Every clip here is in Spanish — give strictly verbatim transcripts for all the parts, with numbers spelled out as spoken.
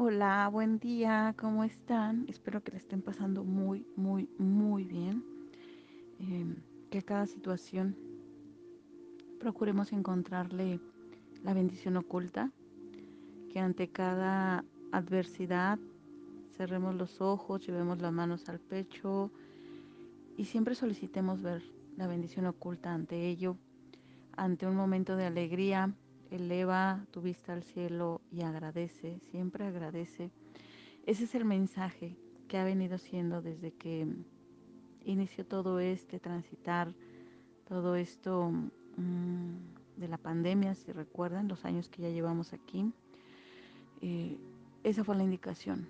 Hola, buen día, ¿cómo están? Espero que le estén pasando muy, muy, muy bien. Eh, que cada situación procuremos encontrarle la bendición oculta, que ante cada adversidad cerremos los ojos, llevemos las manos al pecho y siempre solicitemos ver la bendición oculta ante ello. Ante un momento de alegría, eleva tu vista al cielo y agradece, siempre agradece. Ese es el mensaje que ha venido siendo desde que inició todo este transitar, todo esto mmm, de la pandemia, si recuerdan, los años que ya llevamos aquí. Eh, esa fue la indicación.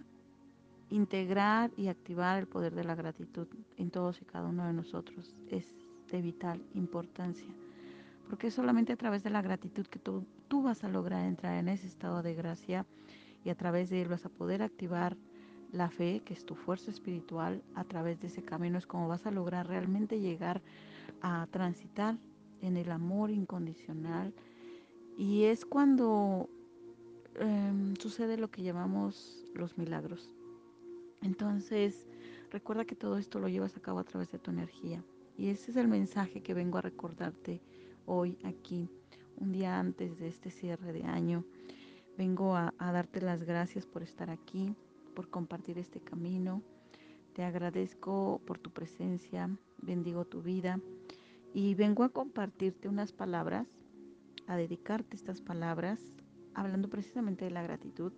Integrar y activar el poder de la gratitud en todos y cada uno de nosotros es de vital importancia, porque es solamente a través de la gratitud que tú, tú vas a lograr entrar en ese estado de gracia y a través de él vas a poder activar la fe, que es tu fuerza espiritual. A través de ese camino es como vas a lograr realmente llegar a transitar en el amor incondicional y es cuando eh, sucede lo que llamamos los milagros. Entonces, recuerda que todo esto lo llevas a cabo a través de tu energía y ese es el mensaje que vengo a recordarte hoy aquí, un día antes de este cierre de año. Vengo a, a darte las gracias por estar aquí, por compartir este camino. Te agradezco por tu presencia, bendigo tu vida y vengo a compartirte unas palabras, a dedicarte estas palabras, hablando precisamente de la gratitud.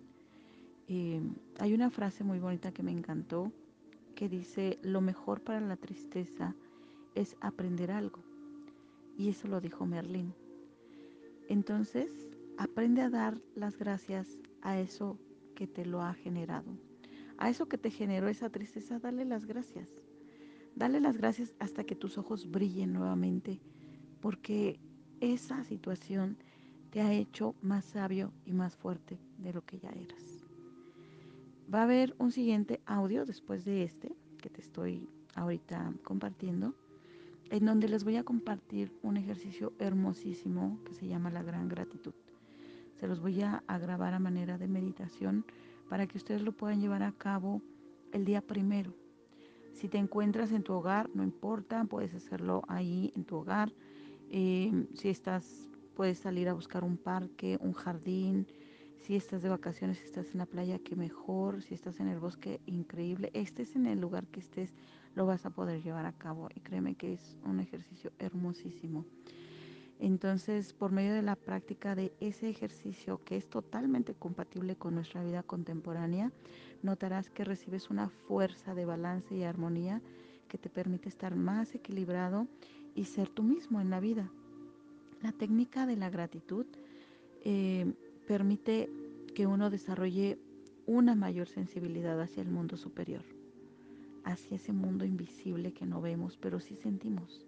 Eh, Hay una frase muy bonita que me encantó que dice, lo mejor para la tristeza es aprender algo. Y eso lo dijo Merlín. Entonces, aprende a dar las gracias a eso que te lo ha generado. A eso que te generó esa tristeza, dale las gracias. Dale las gracias hasta que tus ojos brillen nuevamente, porque esa situación te ha hecho más sabio y más fuerte de lo que ya eras. Va a haber un siguiente audio después de este que te estoy ahorita compartiendo, en donde les voy a compartir un ejercicio hermosísimo que se llama la gran gratitud. Se los voy a, a grabar a manera de meditación para que ustedes lo puedan llevar a cabo el día primero. Si te encuentras en tu hogar, no importa, puedes hacerlo ahí en tu hogar. Eh, si estás, puedes salir a buscar un parque, un jardín. Si estás de vacaciones, si estás en la playa, qué mejor. Si estás en el bosque, increíble. Estés en el lugar que estés, lo vas a poder llevar a cabo. Y créeme que es un ejercicio hermosísimo. Entonces, por medio de la práctica de ese ejercicio que es totalmente compatible con nuestra vida contemporánea, notarás que recibes una fuerza de balance y armonía que te permite estar más equilibrado y ser tú mismo en la vida. La técnica de la gratitud eh, permite que uno desarrolle una mayor sensibilidad hacia el mundo superior, hacia ese mundo invisible que no vemos, pero sí sentimos.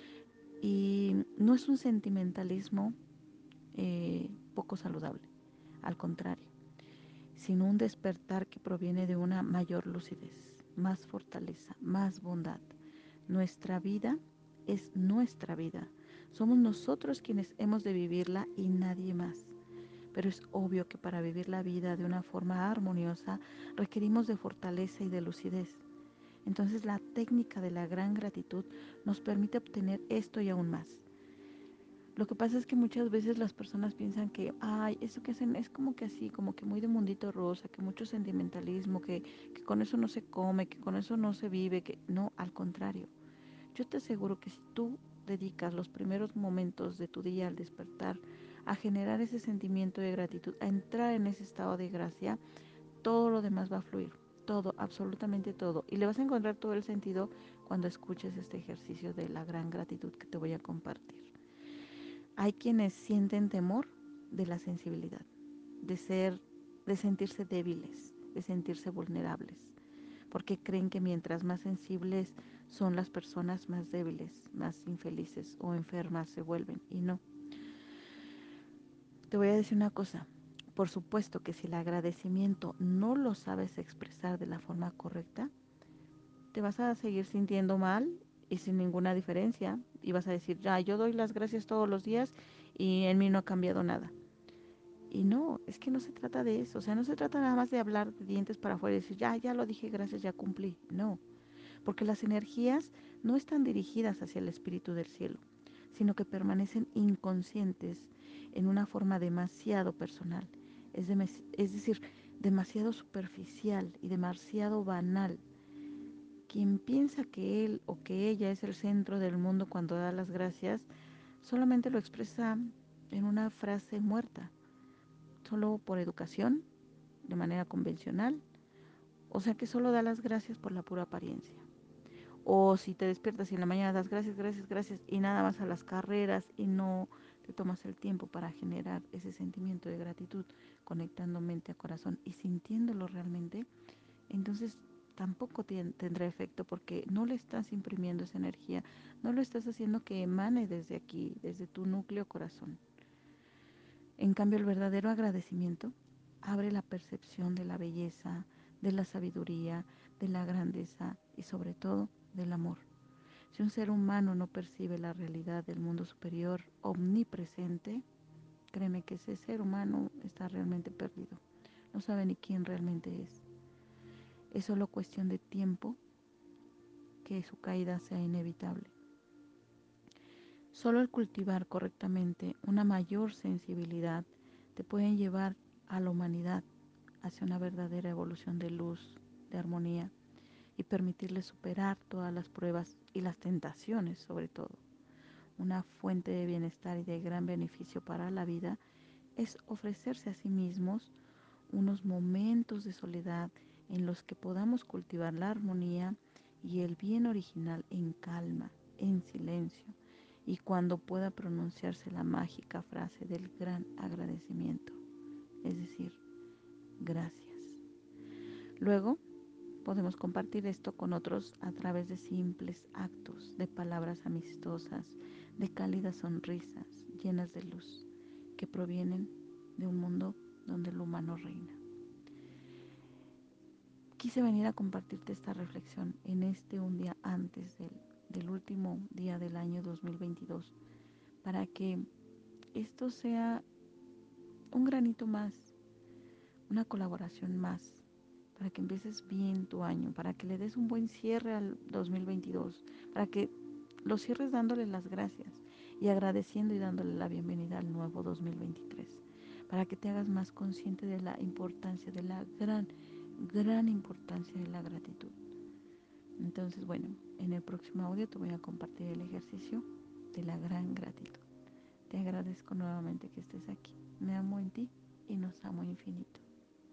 Y no es un sentimentalismo eh, poco saludable, al contrario, sino un despertar que proviene de una mayor lucidez, más fortaleza, más bondad. Nuestra vida es nuestra vida. Somos nosotros quienes hemos de vivirla y nadie más. Pero es obvio que para vivir la vida de una forma armoniosa requerimos de fortaleza y de lucidez. Entonces la técnica de la gran gratitud nos permite obtener esto y aún más. Lo que pasa es que muchas veces las personas piensan que, ay, eso que hacen es como que así, como que muy de mundito rosa, que mucho sentimentalismo, que, que con eso no se come, que con eso no se vive, que no, al contrario. Yo te aseguro que si tú dedicas los primeros momentos de tu día al despertar a generar ese sentimiento de gratitud, a entrar en ese estado de gracia, todo lo demás va a fluir, todo, absolutamente todo. Y le vas a encontrar todo el sentido cuando escuches este ejercicio de la gran gratitud que te voy a compartir. Hay quienes sienten temor de la sensibilidad, de ser, de sentirse débiles, de sentirse vulnerables, porque creen que mientras más sensibles son las personas, más débiles, más infelices o enfermas se vuelven. Y no. Te voy a decir una cosa. Por supuesto que si el agradecimiento no lo sabes expresar de la forma correcta, te vas a seguir sintiendo mal y sin ninguna diferencia. Y vas a decir, ya, yo doy las gracias todos los días y en mí no ha cambiado nada. Y no, es que no se trata de eso, o sea, no se trata nada más de hablar de dientes para afuera y decir, ya, ya lo dije, gracias, ya cumplí. No, porque las energías no están dirigidas hacia el espíritu del cielo, sino que permanecen inconscientes en una forma demasiado personal, es, de, es decir, demasiado superficial y demasiado banal. Quien piensa que él o que ella es el centro del mundo cuando da las gracias, solamente lo expresa en una frase muerta, solo por educación, de manera convencional, o sea que solo da las gracias por la pura apariencia. O si te despiertas y en la mañana das gracias, gracias, gracias y nada más a las carreras y no te tomas el tiempo para generar ese sentimiento de gratitud, conectando mente a corazón y sintiéndolo realmente, entonces tampoco tendrá efecto porque no le estás imprimiendo esa energía, no lo estás haciendo que emane desde aquí, desde tu núcleo corazón. En cambio, el verdadero agradecimiento abre la percepción de la belleza, de la sabiduría, de la grandeza y sobre todo del amor. Si un ser humano no percibe la realidad del mundo superior omnipresente, créeme que ese ser humano está realmente perdido. No sabe ni quién realmente es. Es solo cuestión de tiempo que su caída sea inevitable. Solo el cultivar correctamente una mayor sensibilidad te pueden llevar a la humanidad hacia una verdadera evolución de luz, de armonía y permitirle superar todas las pruebas y las tentaciones sobre todo. Una fuente de bienestar y de gran beneficio para la vida es ofrecerse a sí mismos unos momentos de soledad en los que podamos cultivar la armonía y el bien original en calma, en silencio, y cuando pueda pronunciarse la mágica frase del gran agradecimiento, es decir, gracias. Luego, podemos compartir esto con otros a través de simples actos, de palabras amistosas, de cálidas sonrisas llenas de luz, que provienen de un mundo donde el humano reina. Quise venir a compartirte esta reflexión en este un día antes del, del último día del año dos mil veintidós, para que esto sea un granito más, una colaboración más, para que empieces bien tu año, para que le des un buen cierre al dos mil veintidós, para que lo cierres dándole las gracias y agradeciendo y dándole la bienvenida al nuevo dos mil veintitrés, para que te hagas más consciente de la importancia, de la gran, gran importancia de la gratitud. Entonces, bueno, en el próximo audio te voy a compartir el ejercicio de la gran gratitud. Te agradezco nuevamente que estés aquí. Me amo en ti y nos amo infinito.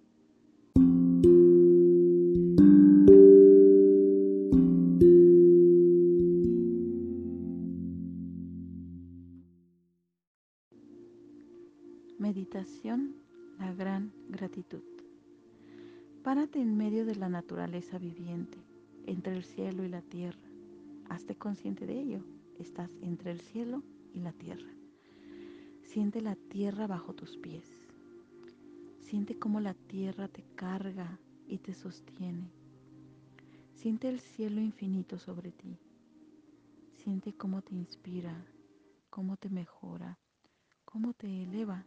Meditación, la gran gratitud. Párate en medio de la naturaleza viviente, entre el cielo y la tierra. Hazte consciente de ello. Estás entre el cielo y la tierra. Siente la tierra bajo tus pies. Siente cómo la tierra te carga y te sostiene. Siente el cielo infinito sobre ti. Siente cómo te inspira, cómo te mejora, cómo te eleva.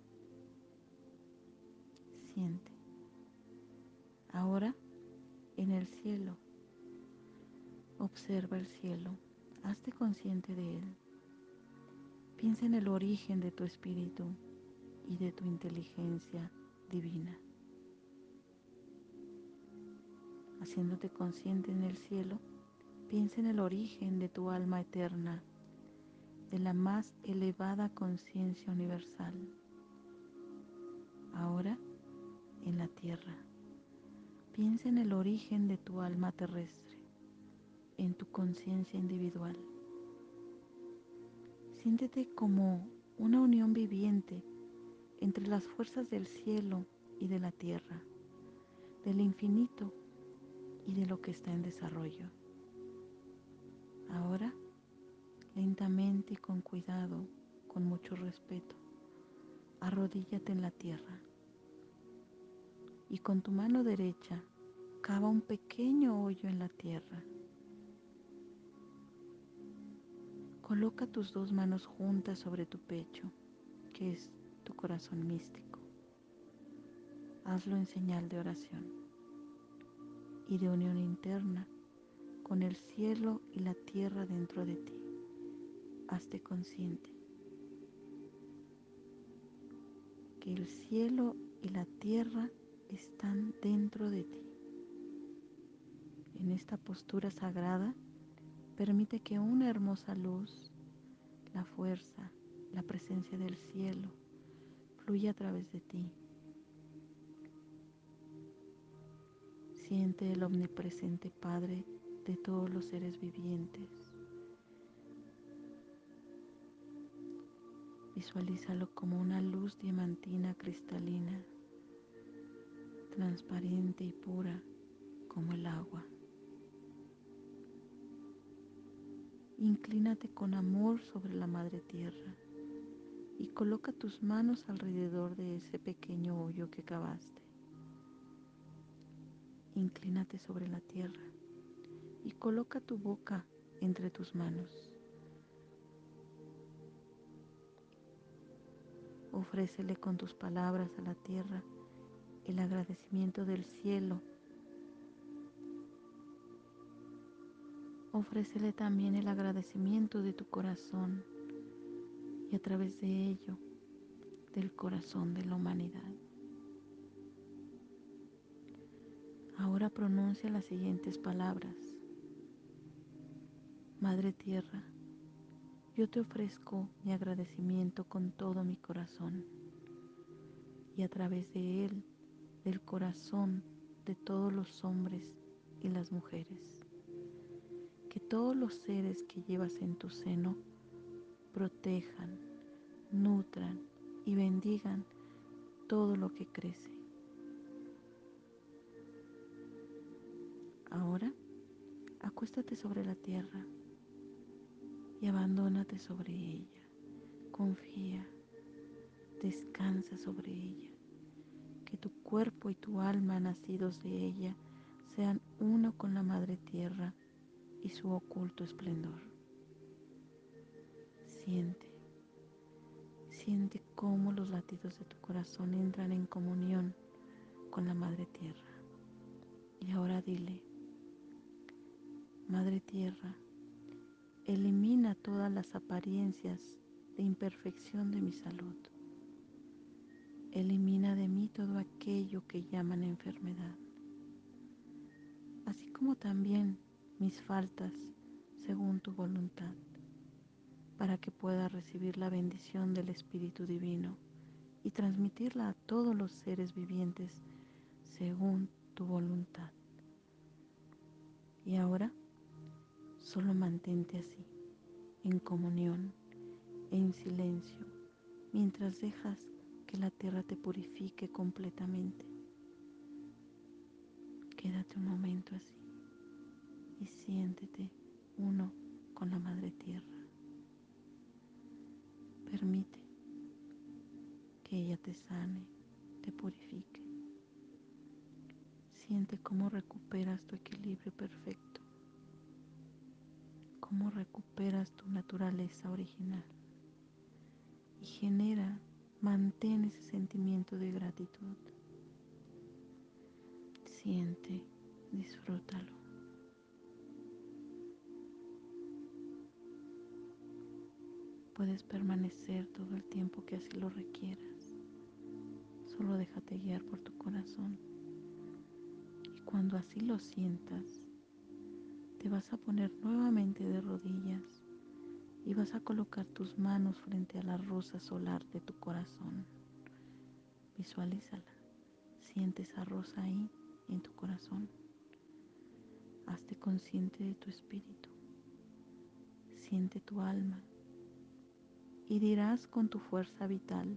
Siente. Ahora, en el cielo, observa el cielo. Hazte consciente de él. Piensa en el origen de tu espíritu y de tu inteligencia divina. Haciéndote consciente en el cielo, piensa en el origen de tu alma eterna, de la más elevada conciencia universal. Ahora, en la tierra, piensa en el origen de tu alma terrestre, en tu conciencia individual. Siéntete como una unión viviente entre las fuerzas del cielo y de la tierra, del infinito y de lo que está en desarrollo. Ahora, lentamente y con cuidado, con mucho respeto, arrodíllate en la tierra y con tu mano derecha cava un pequeño hoyo en la tierra. Coloca tus dos manos juntas sobre tu pecho, que es tu corazón místico. Hazlo en señal de oración y de unión interna con el cielo y la tierra dentro de ti. Hazte consciente que el cielo y la tierra están dentro de ti. En esta postura sagrada, permite que una hermosa luz, la fuerza, la presencia del cielo, fluya a través de ti. Siente el omnipresente Padre de todos los seres vivientes. Visualízalo como una luz diamantina cristalina, transparente y pura como el agua. Inclínate con amor sobre la Madre Tierra y coloca tus manos alrededor de ese pequeño hoyo que cavaste. Inclínate sobre la tierra y coloca tu boca entre tus manos. Ofrécele con tus palabras a la tierra el agradecimiento del cielo. Ofrécele también el agradecimiento de tu corazón y a través de ello, del corazón de la humanidad. Ahora pronuncia las siguientes palabras. Madre Tierra, yo te ofrezco mi agradecimiento con todo mi corazón y a través de él, del corazón de todos los hombres y las mujeres. Que todos los seres que llevas en tu seno protejan, nutran y bendigan todo lo que crece. Ahora, acuéstate sobre la tierra y abandónate sobre ella. Confía, descansa sobre ella. Que tu cuerpo y tu alma nacidos de ella sean uno con la Madre Tierra y su oculto esplendor. Siente, siente cómo los latidos de tu corazón entran en comunión con la Madre Tierra. Y ahora dile, Madre Tierra, elimina todas las apariencias de imperfección de mi salud. Elimina de mí todo aquello que llaman enfermedad, así como también mis faltas según tu voluntad, para que pueda recibir la bendición del Espíritu Divino y transmitirla a todos los seres vivientes según tu voluntad. Y ahora, solo mantente así, en comunión, en silencio, mientras dejas que la tierra te purifique completamente. Quédate un momento así y siéntete uno con la Madre Tierra. Permite que ella te sane, te purifique. Siente cómo recuperas tu equilibrio perfecto, cómo recuperas tu naturaleza original y genera, mantén ese sentimiento de gratitud. Siente, disfrútalo. Puedes permanecer todo el tiempo que así lo requieras. Solo déjate guiar por tu corazón. Y cuando así lo sientas, te vas a poner nuevamente de rodillas y vas a colocar tus manos frente a la rosa solar de tu corazón. Visualízala. Siente esa rosa ahí en tu corazón. Hazte consciente de tu espíritu. Siente tu alma. Y dirás con tu fuerza vital,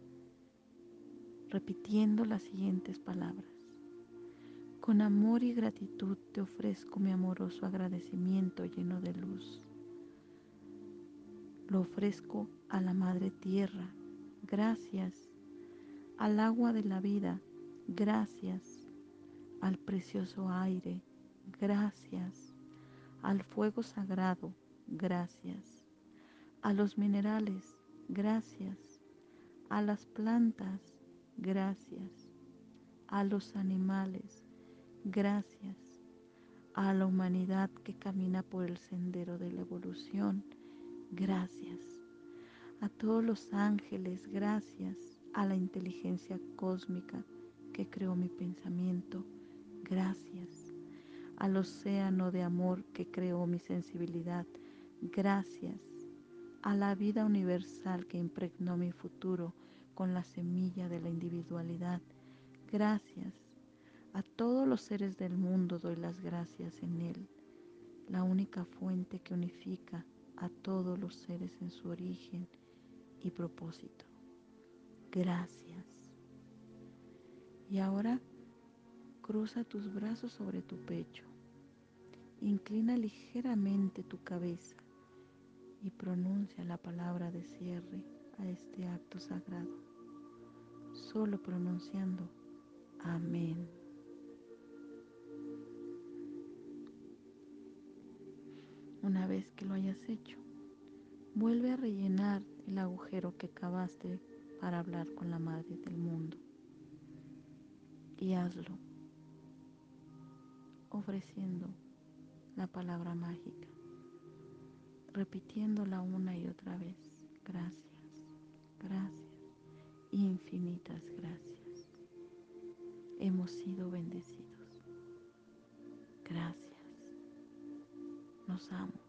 repitiendo las siguientes palabras. Con amor y gratitud te ofrezco mi amoroso agradecimiento lleno de luz. Lo ofrezco a la Madre Tierra. Gracias. Al agua de la vida. Gracias. Al precioso aire. Gracias. Al fuego sagrado. Gracias. A los minerales. Gracias. A las plantas. Gracias. a los animales, gracias a la humanidad que camina por el sendero de la evolución, gracias a todos los ángeles, gracias a la inteligencia cósmica que creó mi pensamiento, gracias al océano de amor que creó mi sensibilidad, gracias a la vida universal que impregnó mi futuro con la semilla de la individualidad, gracias a todos los seres del mundo doy las gracias en él, la única fuente que unifica a todos los seres en su origen y propósito. Gracias. Y ahora cruza tus brazos sobre tu pecho, inclina ligeramente tu cabeza y pronuncia la palabra de cierre a este acto sagrado, solo pronunciando amén. Una vez que lo hayas hecho, vuelve a rellenar el agujero que cavaste para hablar con la Madre del Mundo y hazlo ofreciendo la palabra mágica, repitiéndola una y otra vez. Gracias, gracias, infinitas gracias. Hemos sido bendecidos. Gracias. Los amo.